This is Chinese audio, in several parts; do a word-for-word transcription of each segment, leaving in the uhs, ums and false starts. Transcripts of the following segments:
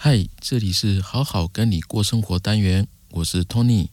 嗨，这里是好好跟你过生活单元，我是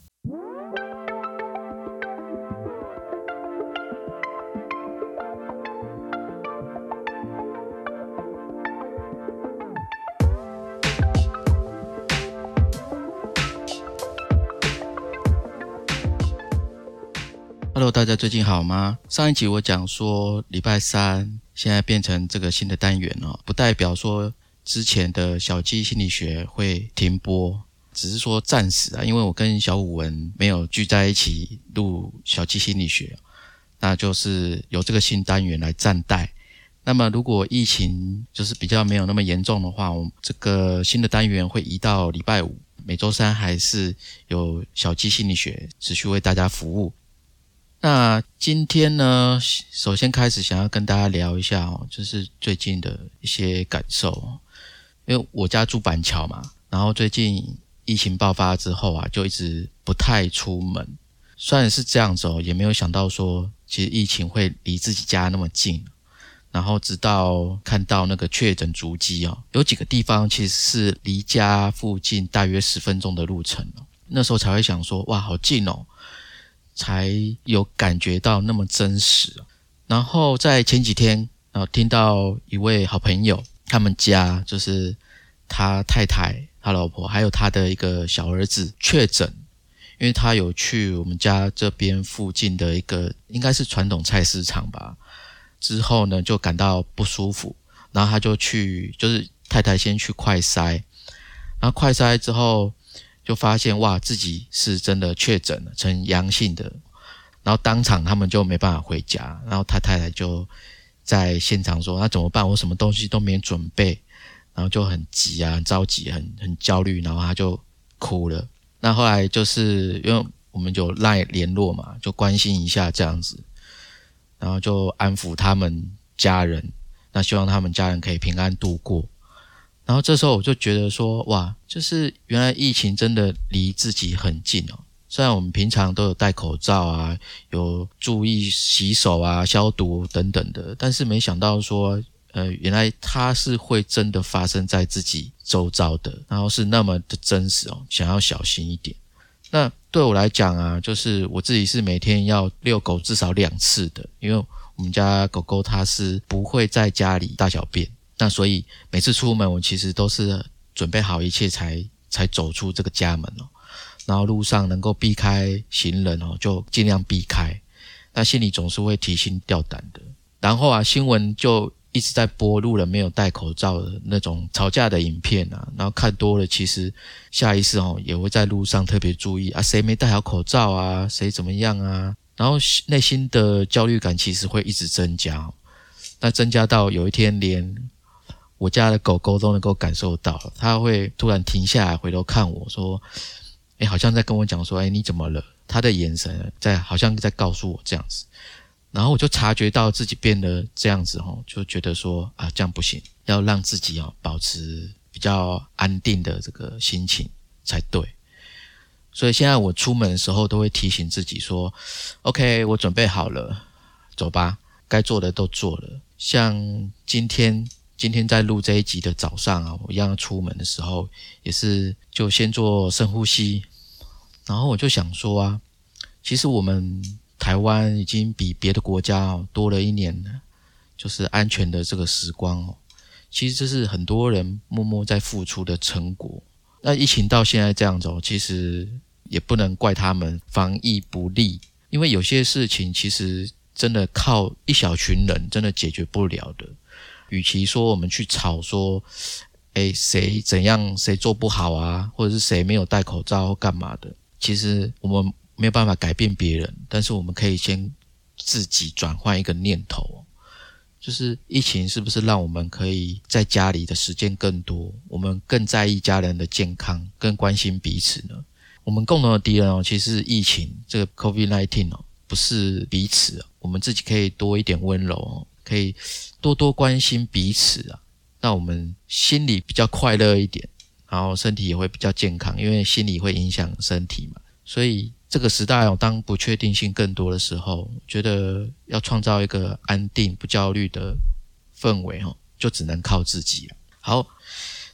Tony。Hello， 大家最近好吗？上一集我讲说礼拜三现在变成这个新的单元哦，不代表说之前的小鸡心理学会停播，只是说暂时啊，因为我跟小武文没有聚在一起录小鸡心理学，那就是由这个新单元来暂代。那么如果疫情就是比较没有那么严重的话，我们这个新的单元会移到礼拜五，每周三还是有小鸡心理学持续为大家服务。那今天呢，首先开始想要跟大家聊一下哦，就是最近的一些感受。因为我家住板桥嘛，然后最近疫情爆发之后啊，就一直不太出门。虽然是这样子哦，也没有想到说其实疫情会离自己家那么近。然后直到看到那个确诊足迹哦，有几个地方其实是离家附近大约十分钟的路程哦。那时候才会想说，哇，好近哦，才有感觉到那么真实。然后在前几天呃，听到一位好朋友，他们家就是他太太、他老婆还有他的一个小儿子确诊，因为他有去我们家这边附近的一个应该是传统菜市场吧，之后呢就感到不舒服，然后他就去，就是太太先去快筛，然后快筛之后就发现哇自己是真的确诊了，呈阳性的，然后当场他们就没办法回家，然后他太太就在现场说那怎么办，我什么东西都没准备，然后就很急啊，很着急，很很焦虑，然后他就哭了。那后来就是因为我们有 LINE 联络嘛，就关心一下这样子，然后就安抚他们家人，那希望他们家人可以平安度过。然后这时候我就觉得说，哇，就是原来疫情真的离自己很近哦。虽然我们平常都有戴口罩啊，有注意洗手啊、消毒等等的，但是没想到说呃，原来它是会真的发生在自己周遭的，然后是那么的真实哦，想要小心一点。那对我来讲啊，就是我自己是每天要遛狗至少两次的，因为我们家狗狗它是不会在家里大小便，那所以每次出门我其实都是准备好一切才才走出这个家门哦。然后路上能够避开行人哦，就尽量避开。那心里总是会提心吊胆的。然后啊，新闻就一直在播路人没有戴口罩的那种吵架的影片啊，然后看多了，其实下意识哦也会在路上特别注意啊，谁没戴好口罩啊，谁怎么样啊，然后内心的焦虑感其实会一直增加哦。那增加到有一天连我家的狗狗都能够感受到，它会突然停下来回头看我说，诶，好像在跟我讲说，诶，你怎么了？他的眼神在好像在告诉我这样子。然后我就察觉到自己变得这样子齁，就觉得说啊，这样不行，要让自己哦保持比较安定的这个心情才对。所以现在我出门的时候都会提醒自己说 OK， 我准备好了，走吧，该做的都做了。像今天今天在录这一集的早上啊，我一样出门的时候也是就先做深呼吸，然后我就想说啊，其实我们台湾已经比别的国家哦多了一年了，就是安全的这个时光哦。其实这是很多人默默在付出的成果。那疫情到现在这样子哦，其实也不能怪他们防疫不力，因为有些事情其实真的靠一小群人真的解决不了的。与其说我们去吵说，诶，谁怎样谁做不好啊，或者是谁没有戴口罩或干嘛的，其实我们没有办法改变别人，但是我们可以先自己转换一个念头，就是疫情是不是让我们可以在家里的时间更多，我们更在意家人的健康，更关心彼此呢？我们共同的敌人哦，其实是疫情这个 COVID 十九 哦，不是彼此哦，我们自己可以多一点温柔哦，可以多多关心彼此啊，那我们心里比较快乐一点，然后身体也会比较健康，因为心理会影响身体嘛。所以这个时代哦，当不确定性更多的时候，觉得要创造一个安定不焦虑的氛围哦，就只能靠自己了。好，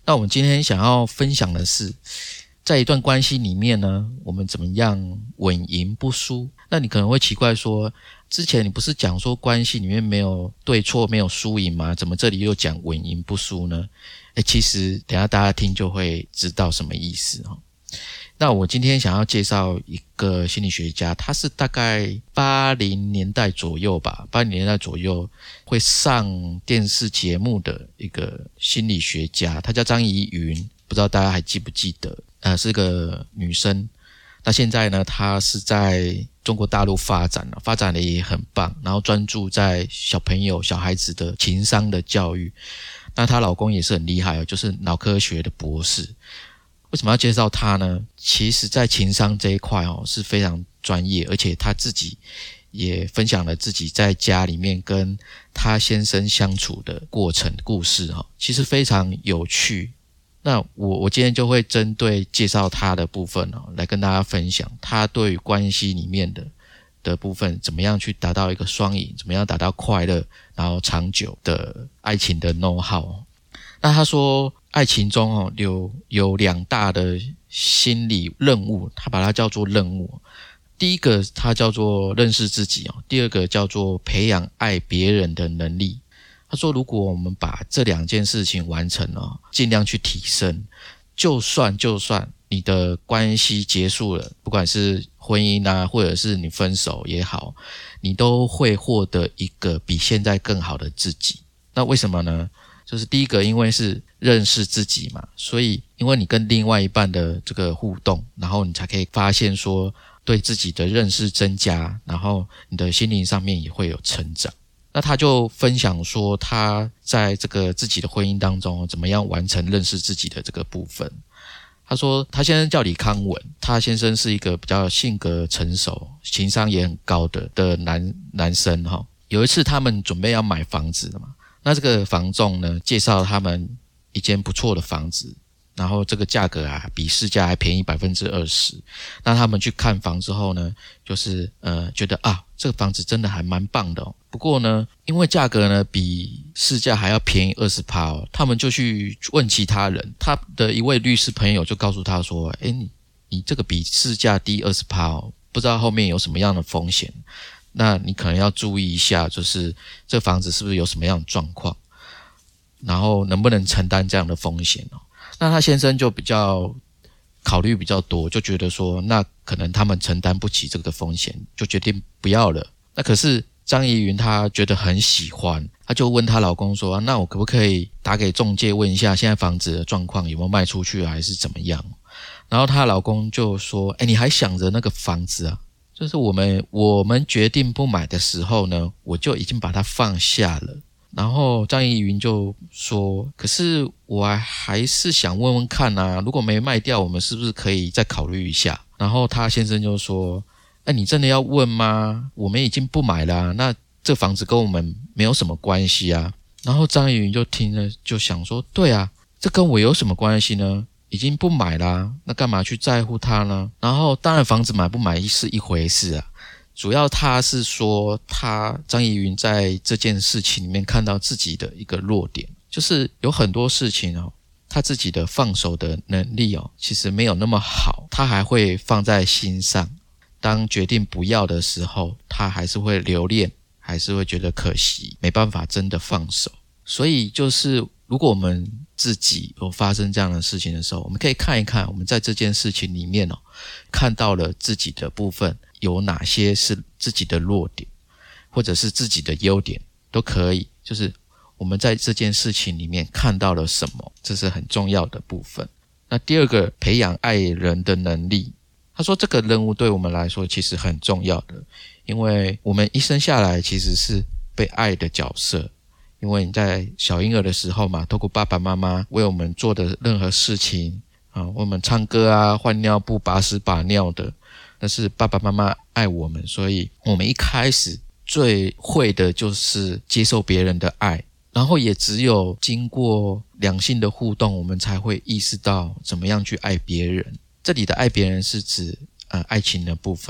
那我们今天想要分享的是，在一段关系里面呢，我们怎么样稳赢不输？那你可能会奇怪说，之前你不是讲说关系里面没有对错，没有输赢吗？怎么这里又讲稳赢不输呢？诶，其实等一下大家听就会知道什么意思哦。那我今天想要介绍一个心理学家，他是大概八零年代左右吧，八零年代左右会上电视节目的一个心理学家，他叫张怡云，不知道大家还记不记得？呃，是个女生。那现在呢，她是在中国大陆发展了，发展的也很棒，然后专注在小朋友、小孩子的情商的教育。那她老公也是很厉害哦，就是脑科学的博士。为什么要介绍他呢？其实在情商这一块哦是非常专业，而且他自己也分享了自己在家里面跟他先生相处的过程故事哦，其实非常有趣。那我我今天就会针对介绍他的部分哦，来跟大家分享他对于关系里面的的部分，怎么样去达到一个双赢，怎么样达到快乐，然后长久的爱情的 know how。那他说爱情中哦有有两大的心理任务，他把它叫做任务。第一个他叫做认识自己哦，第二个叫做培养爱别人的能力。他说如果我们把这两件事情完成了，尽量去提升，就算就算你的关系结束了，不管是婚姻啊或者是你分手也好，你都会获得一个比现在更好的自己。那为什么呢？就是第一个，因为是认识自己嘛，所以因为你跟另外一半的这个互动，然后你才可以发现说对自己的认识增加，然后你的心灵上面也会有成长。那他就分享说他在这个自己的婚姻当中怎么样完成认识自己的这个部分。他说他先生叫李康文，他先生是一个比较性格成熟、情商也很高的的男男生哈。有一次他们准备要买房子了嘛，那这个房仲呢介绍他们一间不错的房子，然后这个价格啊比市价还便宜 百分之二十。 那他们去看房之后呢，就是呃觉得啊这个房子真的还蛮棒的哦。不过呢因为价格呢比市价还要便宜 百分之二十 哦，他们就去问其他人，他的一位律师朋友就告诉他说，诶你你这个比市价低 百分之二十 哦，不知道后面有什么样的风险，那你可能要注意一下，就是这房子是不是有什么样的状况，然后能不能承担这样的风险哦。那他先生就比较考虑比较多，就觉得说那可能他们承担不起这个风险，就决定不要了。那可是张怡云她觉得很喜欢，她就问她老公说、啊、那我可不可以打给仲介问一下现在房子的状况有没有卖出去还是怎么样。然后她老公就说诶你还想着那个房子啊，就是我们我们决定不买的时候呢，我就已经把它放下了。然后张怡云就说可是我还是想问问看啊，如果没卖掉我们是不是可以再考虑一下。然后他先生就说哎，你真的要问吗？我们已经不买啦、啊、那这房子跟我们没有什么关系啊。然后张怡云就听了就想说对啊，这跟我有什么关系呢？已经不买啦，那干嘛去在乎它呢？然后当然房子买不买是一回事啊，主要他是说他张怡云在这件事情里面看到自己的一个弱点，就是有很多事情哦，他自己的放手的能力哦，其实没有那么好，他还会放在心上。当决定不要的时候，他还是会留恋，还是会觉得可惜，没办法真的放手。所以就是如果我们自己有发生这样的事情的时候，我们可以看一看我们在这件事情里面哦，看到了自己的部分有哪些是自己的弱点，或者是自己的优点都可以，就是我们在这件事情里面看到了什么，这是很重要的部分。那第二个，培养爱人的能力。他说这个任务对我们来说其实很重要的，因为我们一生下来其实是被爱的角色。因为你在小婴儿的时候嘛，透过爸爸妈妈为我们做的任何事情啊，为我们唱歌啊、换尿布、把屎把尿的，那是爸爸妈妈爱我们，所以我们一开始最会的就是接受别人的爱，然后也只有经过两性的互动，我们才会意识到怎么样去爱别人。这里的爱别人是指呃爱情的部分。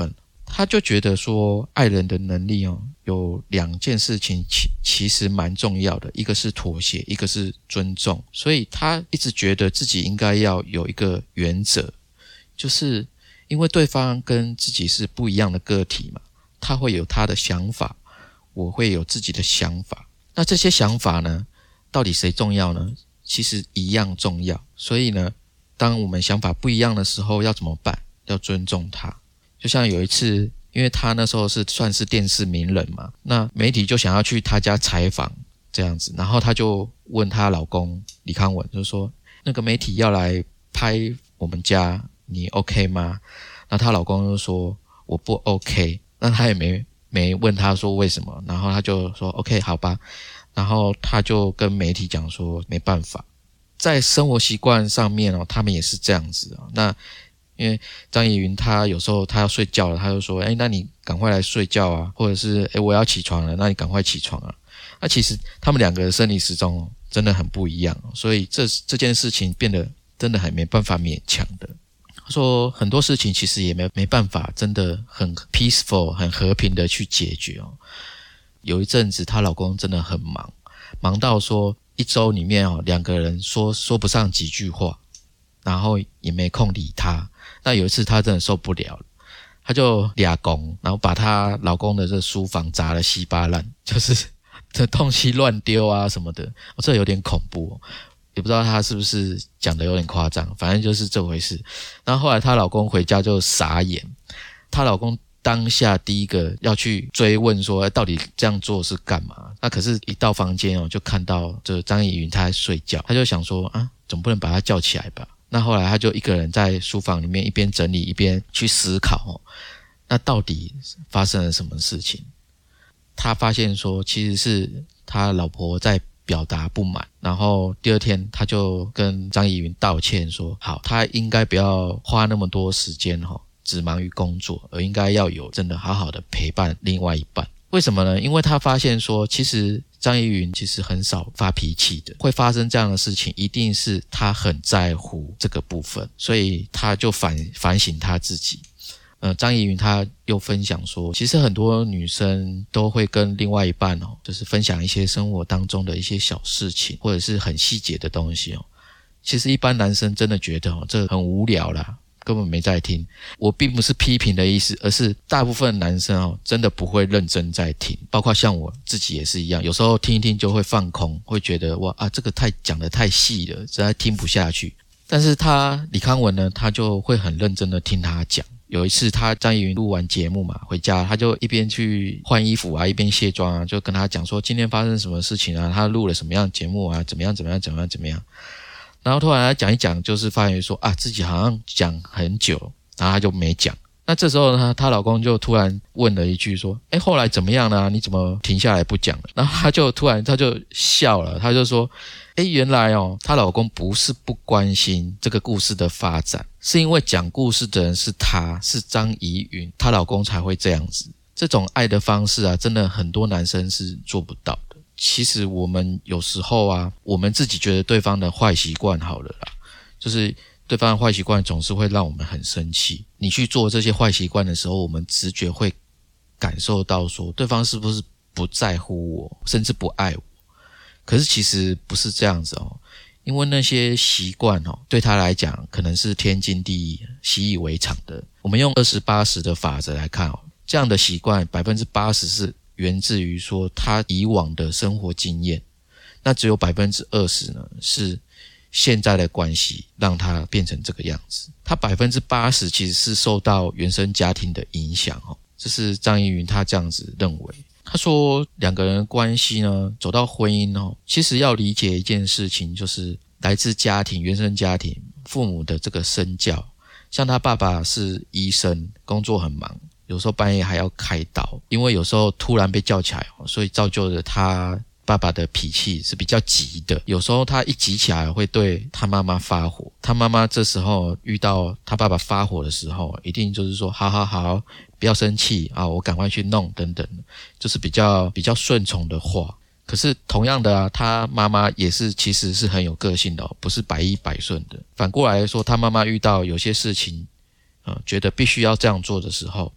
他就觉得说爱人的能力哦，有两件事情其其实蛮重要的，一个是妥协，一个是尊重。所以他一直觉得自己应该要有一个原则，就是因为对方跟自己是不一样的个体嘛，他会有他的想法，我会有自己的想法。那这些想法呢，到底谁重要呢？其实一样重要。所以呢，当我们想法不一样的时候要怎么办？要尊重他。就像有一次，因为他那时候是算是电视名人嘛，那媒体就想要去他家采访这样子，然后他就问她老公李康文，就说那个媒体要来拍我们家，你 OK 吗？那她老公就说我不 OK， 那他也没没问他说为什么，然后他就说 OK 好吧，然后他就跟媒体讲说没办法。在生活习惯上面哦，他们也是这样子哦。那因为张怡云她有时候她要睡觉了，她就说诶那你赶快来睡觉啊，或者是诶我要起床了，那你赶快起床啊。那其实他们两个的生理时钟哦真的很不一样，所以这这件事情变得真的很没办法勉强的。他说很多事情其实也没没办法真的很 peaceful 很和平的去解决哦。有一阵子她老公真的很忙，忙到说一周里面哦两个人说说不上几句话，然后也没空理她。那有一次她真的受不了了，她就俩公，然后把她老公的这书房砸了稀巴烂，就是这东西乱丢啊什么的，哦，这有点恐怖哦。也不知道她是不是讲的有点夸张，反正就是这回事。然后后来她老公回家就傻眼，她老公当下第一个要去追问说，欸，到底这样做是干嘛？那可是一到房间哦，就看到这张怡云她在睡觉，她就想说啊，总不能把她叫起来吧？那后来她就一个人在书房里面一边整理一边去思考哦，那到底发生了什么事情？他发现说其实是他老婆在表达不满，然后第二天他就跟张怡云道歉说，好，他应该不要花那么多时间哦，只忙于工作，而应该要有真的好好的陪伴另外一半。为什么呢？因为他发现说其实张怡云其实很少发脾气的，会发生这样的事情一定是他很在乎这个部分，所以他就反反省他自己。呃，张怡云她又分享说，其实很多女生都会跟另外一半哦，就是分享一些生活当中的一些小事情，或者是很细节的东西哦。其实一般男生真的觉得哦，这很无聊啦，根本没在听。我并不是批评的意思，而是大部分男生哦，真的不会认真在听，包括像我自己也是一样，有时候听一听就会放空，会觉得哇啊，这个太讲得太细了，实在听不下去。但是他李康文呢，他就会很认真的听他讲。有一次他张怡云录完节目嘛，回家他就一边去换衣服啊，一边卸妆啊，就跟他讲说今天发生什么事情啊，他录了什么样的节目啊，怎么样怎么样怎么样怎么样。然后突然他讲一讲，就是发现说啊，自己好像讲很久，然后他就没讲。那这时候呢，她老公就突然问了一句说，诶，后来怎么样呢？你怎么停下来不讲了？然后他就突然他就笑了，他就说，诶，原来哦，她老公不是不关心这个故事的发展，是因为讲故事的人是她，是张怡云，她老公才会这样子。这种爱的方式啊，真的很多男生是做不到的。其实我们有时候啊，我们自己觉得对方的坏习惯好了啦，就是对方的坏习惯总是会让我们很生气。你去做这些坏习惯的时候，我们直觉会感受到说对方是不是不在乎我，甚至不爱我。可是其实不是这样子哦，因为那些习惯哦，对他来讲可能是天经地义、习以为常的。我们用二十八十的法则来看哦，这样的习惯 百分之八十 是源自于说他以往的生活经验，那只有 百分之二十 呢是现在的关系让他变成这个样子。他 百分之八十 其实是受到原生家庭的影响哦，这是张怡云他这样子认为。他说两个人的关系呢走到婚姻哦，其实要理解一件事情，就是来自家庭原生家庭父母的这个身教。像他爸爸是医生，工作很忙，有时候半夜还要开刀，因为有时候突然被叫起来，所以造就了他爸爸的脾气是比较急的，有时候他一急起来会对他妈妈发火，他妈妈这时候遇到他爸爸发火的时候，一定就是说好好好，不要生气啊，我赶快去弄等等，就是比较比较顺从的话。可是同样的啊，他妈妈也是其实是很有个性的哦，不是百依百顺的。反过来说，他妈妈遇到有些事情呃，觉得必须要这样做的时候，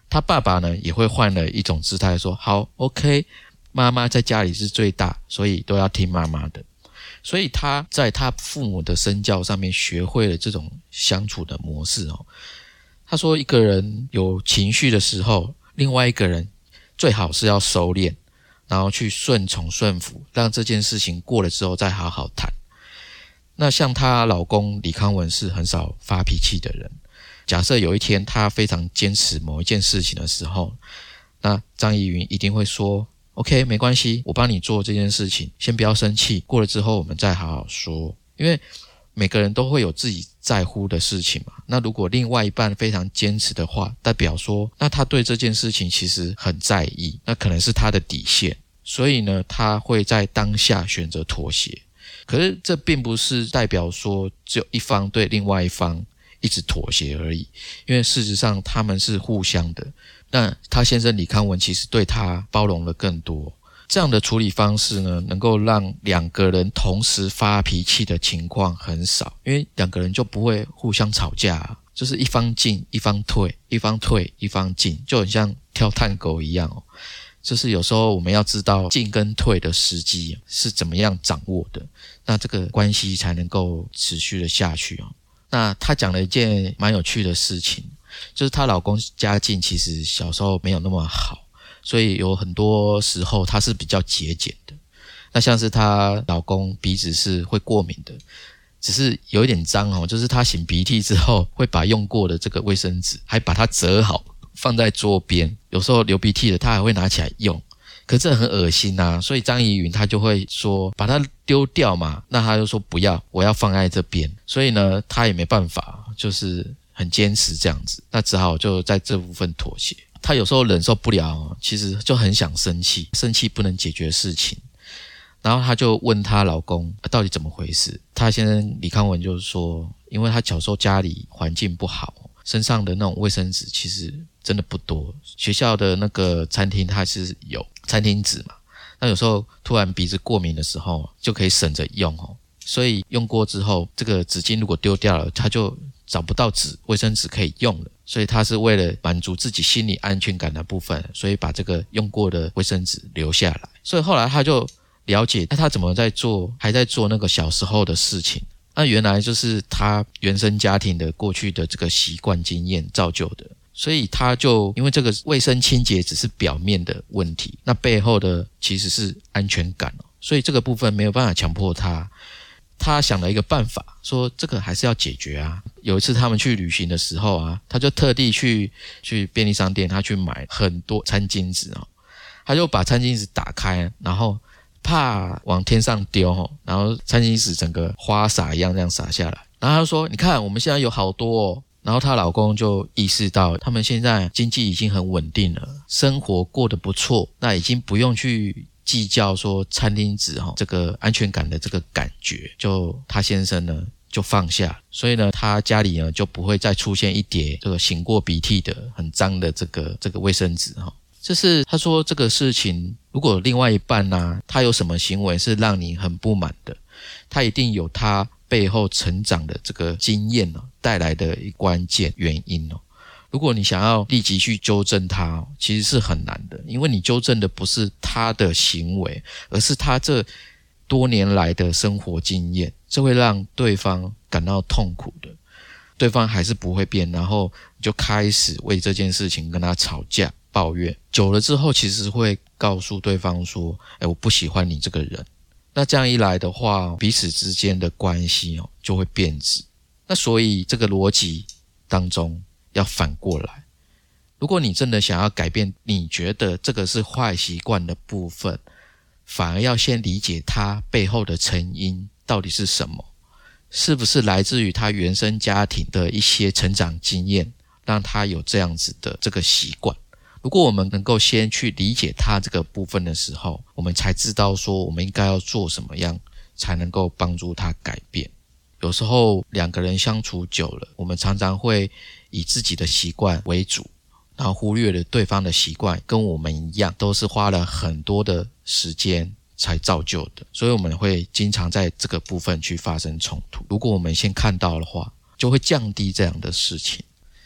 他爸爸呢也会换了一种姿态说，好 OK， 妈妈在家里是最大，所以都要听妈妈的。所以他在他父母的身教上面学会了这种相处的模式哦。他说一个人有情绪的时候，另外一个人最好是要收敛，然后去顺从顺服，让这件事情过了之后再好好谈。那像她老公李康文是很少发脾气的人，假设有一天他非常坚持某一件事情的时候，那张怡云一定会说 OK 没关系，我帮你做这件事情，先不要生气，过了之后我们再好好说。因为每个人都会有自己在乎的事情嘛，那如果另外一半非常坚持的话，代表说那他对这件事情其实很在意，那可能是他的底线，所以呢他会在当下选择妥协。可是这并不是代表说只有一方对另外一方一直妥协而已，因为事实上他们是互相的。那他先生李康文其实对他包容了更多，这样的处理方式呢，能够让两个人同时发脾气的情况很少，因为两个人就不会互相吵架啊，就是一方进一方退，一方退一方进，就很像跳探戈一样哦。就是有时候我们要知道进跟退的时机是怎么样掌握的，那这个关系才能够持续的下去哦。那她讲了一件蛮有趣的事情，就是她老公家境其实小时候没有那么好，所以有很多时候她是比较节俭的。那像是她老公鼻子是会过敏的，只是有一点脏哦，就是她擤鼻涕之后会把用过的这个卫生纸还把它折好放在桌边，有时候流鼻涕了她还会拿起来用，可是这很恶心啊，所以张怡云她就会说把它丢掉嘛，那她就说不要，我要放在这边，所以呢她也没办法，就是很坚持这样子，那只好就在这部分妥协。她有时候忍受不了，其实就很想生气，生气不能解决事情，然后她就问她老公到底怎么回事。她先生李康文就是说，因为她小时候家里环境不好，身上的那种卫生纸其实真的不多，学校的那个餐厅它是有餐厅纸嘛，那有时候突然鼻子过敏的时候就可以省着用哦，所以用过之后这个纸巾如果丢掉了，他就找不到纸卫生纸可以用了，所以他是为了满足自己心理安全感的部分，所以把这个用过的卫生纸留下来。所以后来他就了解，那他怎么在做还在做那个小时候的事情，那原来就是他原生家庭的过去的这个习惯经验造就的，所以他就因为这个卫生清洁只是表面的问题，那背后的其实是安全感哦，所以这个部分没有办法强迫他。他想了一个办法，说这个还是要解决啊。有一次他们去旅行的时候啊，他就特地去去便利商店，他去买很多餐巾纸哦，他就把餐巾纸打开，然后啪往天上丢哦，然后餐巾纸整个花洒一样这样洒下来，然后他就说你看我们现在有好多哦。然后她老公就意识到他们现在经济已经很稳定了，生活过得不错，那已经不用去计较说餐厅纸齁这个安全感的这个感觉，就他先生呢就放下，所以呢他家里呢就不会再出现一叠这个擤过鼻涕的很脏的这个这个卫生纸齁。就是他说这个事情如果另外一半啊他有什么行为是让你很不满的，他一定有他背后成长的这个经验哦带来的一关键原因哦。如果你想要立即去纠正他哦，其实是很难的，因为你纠正的不是他的行为，而是他这多年来的生活经验，这会让对方感到痛苦的。对方还是不会变，然后你就开始为这件事情跟他吵架抱怨，久了之后其实会告诉对方说诶我不喜欢你这个人。那这样一来的话，彼此之间的关系哦就会变质。那所以这个逻辑当中要反过来，如果你真的想要改变你觉得这个是坏习惯的部分，反而要先理解它背后的成因到底是什么，是不是来自于他原生家庭的一些成长经验让他有这样子的这个习惯。如果我们能够先去理解他这个部分的时候，我们才知道说我们应该要做什么样才能够帮助他改变。有时候两个人相处久了，我们常常会以自己的习惯为主，然后忽略了对方的习惯跟我们一样都是花了很多的时间才造就的，所以我们会经常在这个部分去发生冲突。如果我们先看到的话，就会降低这样的事情。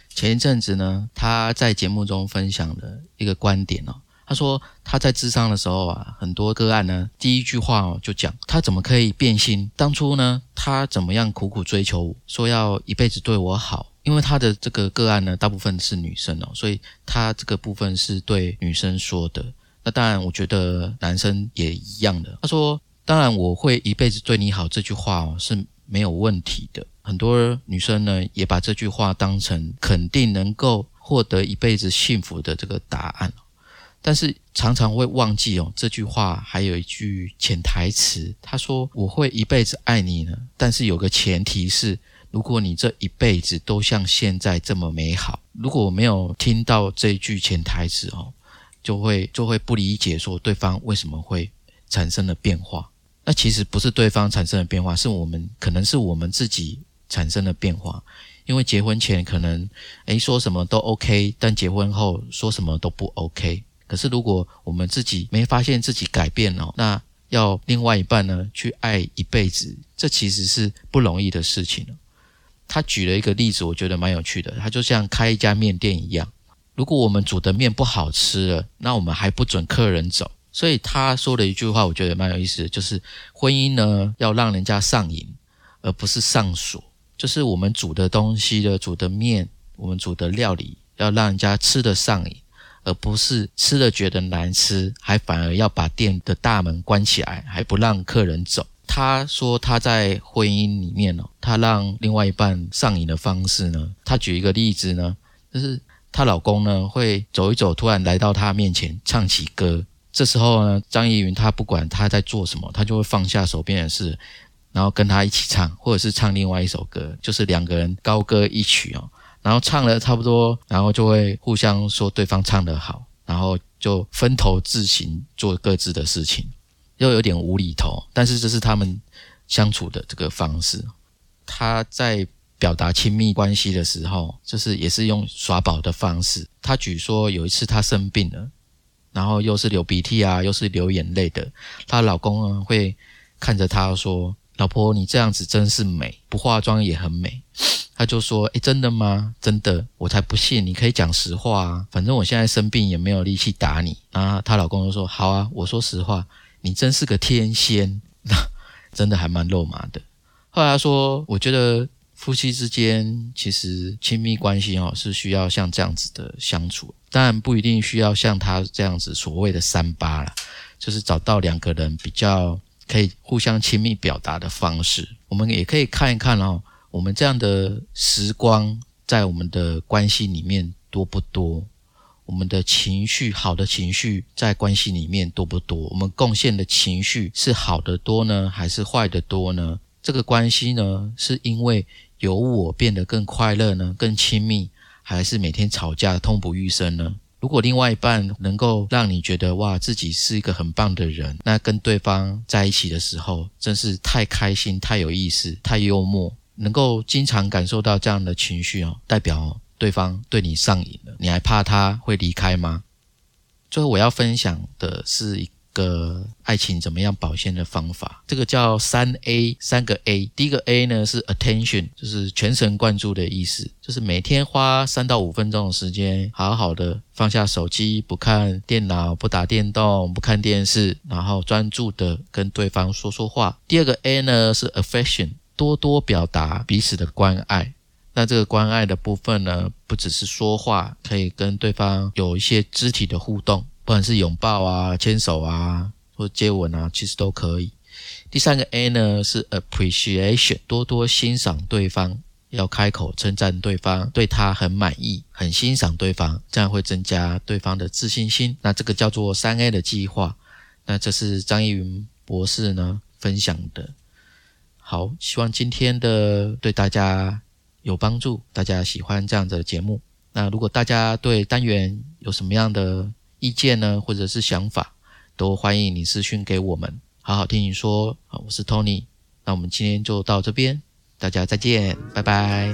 前一阵子呢，他在节目中分享了一个观点哦，他说他在諮商的时候啊，很多个案呢，第一句话哦就讲他怎么可以变心？当初呢，他怎么样苦苦追求我，说要一辈子对我好。因为他的这个个案呢，大部分是女生哦，所以他这个部分是对女生说的。那当然，我觉得男生也一样的。他说：“当然我会一辈子对你好。”这句话哦是没有问题的。很多女生呢，也把这句话当成肯定能够获得一辈子幸福的这个答案。但是常常会忘记哦，这句话还有一句潜台词。他说：“我会一辈子爱你呢，但是有个前提是。”如果你这一辈子都像现在这么美好，如果我没有听到这句潜台词哦，就会就会不理解说对方为什么会产生了变化。那其实不是对方产生了变化，是我们可能是我们自己产生了变化。因为结婚前可能诶说什么都 OK， 但结婚后说什么都不 OK。可是如果我们自己没发现自己改变哦，那要另外一半呢去爱一辈子，这其实是不容易的事情了。他举了一个例子，我觉得蛮有趣的。他就像开一家面店一样，如果我们煮的面不好吃了，那我们还不准客人走。所以他说的一句话，我觉得蛮有意思的，就是婚姻呢要让人家上瘾，而不是上锁。就是我们煮的东西的、煮的面、我们煮的料理，要让人家吃得上瘾，而不是吃了觉得难吃，还反而要把店的大门关起来，还不让客人走。他说他在婚姻里面哦，他让另外一半上瘾的方式呢，他举一个例子呢，就是她老公呢会走一走，突然来到她面前唱起歌。这时候呢，张怡云她不管她在做什么，她就会放下手边的事，然后跟他一起唱，或者是唱另外一首歌，就是两个人高歌一曲哦。然后唱了差不多，然后就会互相说对方唱得好，然后就分头自行做各自的事情。又有点无厘头，但是这是他们相处的这个方式。他在表达亲密关系的时候，就是也是用耍宝的方式。他举说有一次他生病了，然后又是流鼻涕啊，又是流眼泪的，她老公呢会看着她说：“老婆，你这样子真是美，不化妆也很美。”他就说：“诶，真的吗？真的，我才不信，你可以讲实话啊，反正我现在生病也没有力气打你。”然后她老公就说：“好啊，我说实话。”你真是个天仙，真的还蛮肉麻的。后来他说，我觉得夫妻之间其实亲密关系哦是需要像这样子的相处，当然不一定需要像他这样子所谓的三八啦，就是找到两个人比较可以互相亲密表达的方式。我们也可以看一看哦，我们这样的时光在我们的关系里面多不多？我们的情绪，好的情绪在关系里面多不多？我们贡献的情绪是好的多呢，还是坏的多呢？这个关系呢，是因为有我变得更快乐呢，更亲密，还是每天吵架痛不欲生呢？如果另外一半能够让你觉得哇，自己是一个很棒的人，那跟对方在一起的时候真是太开心，太有意思，太幽默，能够经常感受到这样的情绪哦，代表哦对方对你上瘾了，你还怕他会离开吗？最后我要分享的是一个爱情怎么样保鲜的方法，这个叫三 A， 三个 A。 第一个 A 呢是 attention， 就是全神贯注的意思，就是每天花三到五分钟的时间，好好的放下手机，不看电脑，不打电动，不看电视，然后专注的跟对方说说话。第二个 A 呢是 affection， 多多表达彼此的关爱。那这个关爱的部分呢，不只是说话，可以跟对方有一些肢体的互动，不管是拥抱啊、牵手啊，或接吻啊，其实都可以。第三个 A 呢是 appreciation， 多多欣赏对方，要开口称赞对方，对他很满意，很欣赏对方，这样会增加对方的自信心。那这个叫做三 A 的计划。那这是张怡云博士呢分享的。好，希望今天的对大家有帮助，大家喜欢这样的节目。那如果大家对单元有什么样的意见呢，或者是想法，都欢迎你私讯给我们。好好听你说，我是 Tony， 那我们今天就到这边，大家再见，拜拜。